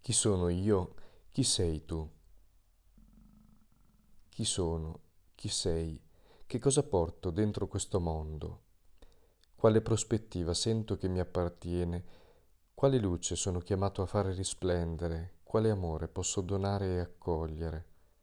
Chi sono io? Chi sei tu? Chi sono? Chi sei? Che cosa porto dentro questo mondo? Quale prospettiva sento che mi appartiene? Quale luce sono chiamato a fare risplendere? Quale amore posso donare e accogliere?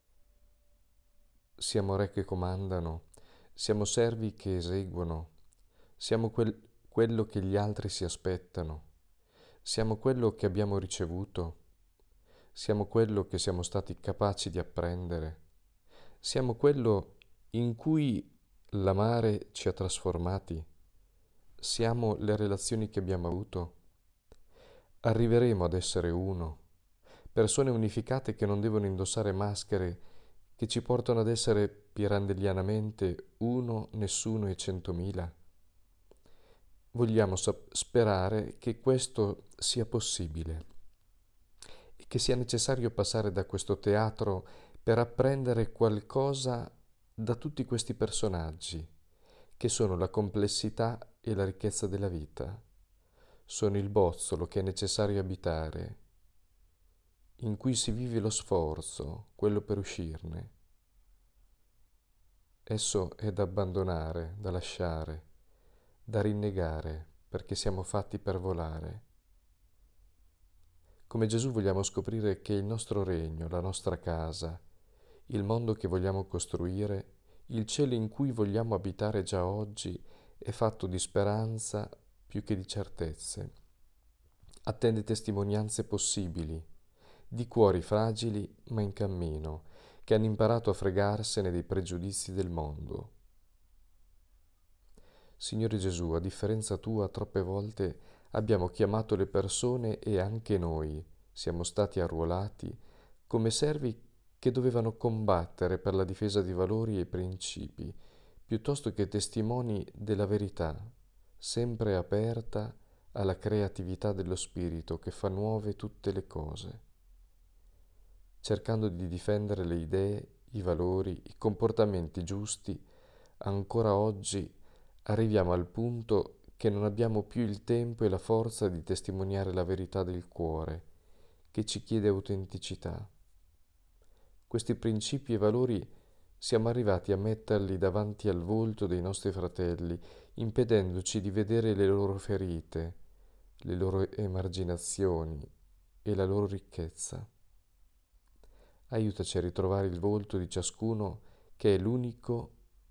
Siamo re che comandano, siamo servi che eseguono, siamo quello che gli altri si aspettano, siamo quello che abbiamo ricevuto, siamo quello che siamo stati capaci di apprendere, siamo quello in cui l'amare ci ha trasformati, siamo le relazioni che abbiamo avuto. Arriveremo ad essere uno, persone unificate che non devono indossare maschere che ci portano ad essere pirandellianamente uno, nessuno e centomila. Vogliamo sperare che questo sia possibile e che sia necessario passare da questo teatro per apprendere qualcosa da tutti questi personaggi, che sono la complessità e la ricchezza della vita. Sono il bozzolo che è necessario abitare, in cui si vive lo sforzo, quello per uscirne. Esso è da abbandonare, da lasciare, da rinnegare, perché siamo fatti per volare. Come Gesù vogliamo scoprire che il nostro regno, la nostra casa, il mondo che vogliamo costruire, il cielo in cui vogliamo abitare già oggi è fatto di speranza più che di certezze. Attende testimonianze possibili, di cuori fragili ma in cammino, che hanno imparato a fregarsene dei pregiudizi del mondo. Signore Gesù, a differenza tua, troppe volte abbiamo chiamato le persone e anche noi siamo stati arruolati come servi che dovevano combattere per la difesa di valori e principi, piuttosto che testimoni della verità, sempre aperta alla creatività dello Spirito che fa nuove tutte le cose, cercando di difendere le idee, i valori, i comportamenti giusti. Ancora oggi arriviamo al punto che non abbiamo più il tempo e la forza di testimoniare la verità del cuore, che ci chiede autenticità. Questi principi e valori siamo arrivati a metterli davanti al volto dei nostri fratelli, impedendoci di vedere le loro ferite, le loro emarginazioni e la loro ricchezza. Aiutaci a ritrovare il volto di ciascuno che è l'unico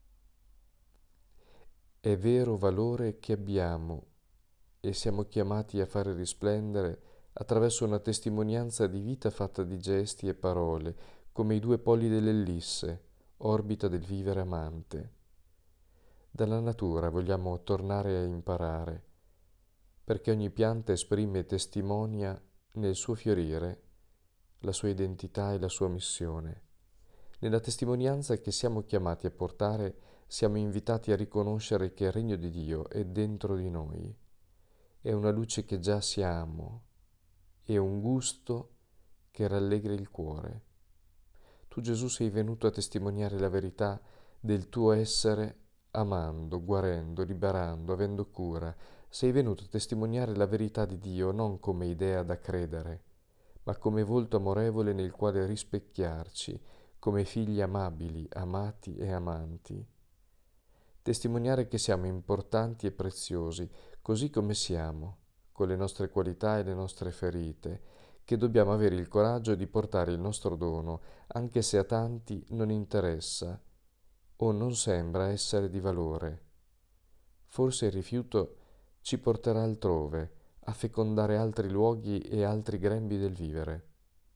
e vero valore che abbiamo e siamo chiamati a fare risplendere attraverso una testimonianza di vita fatta di gesti e parole, come i due poli dell'ellisse, orbita del vivere amante. Dalla natura vogliamo tornare a imparare, perché ogni pianta esprime e testimonia nel suo fiorire la sua identità e la sua missione. Nella testimonianza che siamo chiamati a portare, siamo invitati a riconoscere che il regno di Dio è dentro di noi. È una luce che già siamo, è un gusto che rallegra il cuore. Tu Gesù sei venuto a testimoniare la verità del tuo essere amando, guarendo, liberando, avendo cura. Sei venuto a testimoniare la verità di Dio non come idea da credere, ma come volto amorevole nel quale rispecchiarci, come figli amabili, amati e amanti. Testimoniare che siamo importanti e preziosi, così come siamo, con le nostre qualità e le nostre ferite, che dobbiamo avere il coraggio di portare il nostro dono, anche se a tanti non interessa o non sembra essere di valore. Forse il rifiuto ci porterà altrove, a fecondare altri luoghi e altri grembi del vivere.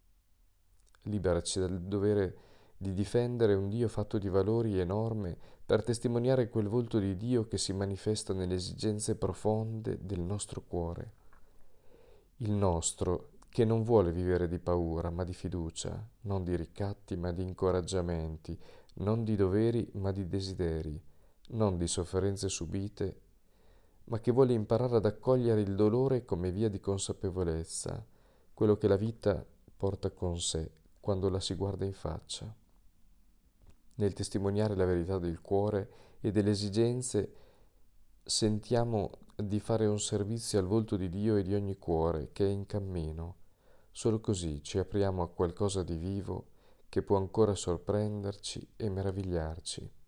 Liberaci dal dovere di difendere un Dio fatto di valori e norme per testimoniare quel volto di Dio che si manifesta nelle esigenze profonde del nostro cuore. Il nostro, che non vuole vivere di paura, ma di fiducia, non di ricatti, ma di incoraggiamenti, non di doveri, ma di desideri, non di sofferenze subite, ma che vuole imparare ad accogliere il dolore come via di consapevolezza, quello che la vita porta con sé quando la si guarda in faccia. Nel testimoniare la verità del cuore e delle esigenze, sentiamo di fare un servizio al volto di Dio e di ogni cuore che è in cammino, Solo così ci apriamo a qualcosa di vivo che può ancora sorprenderci e meravigliarci.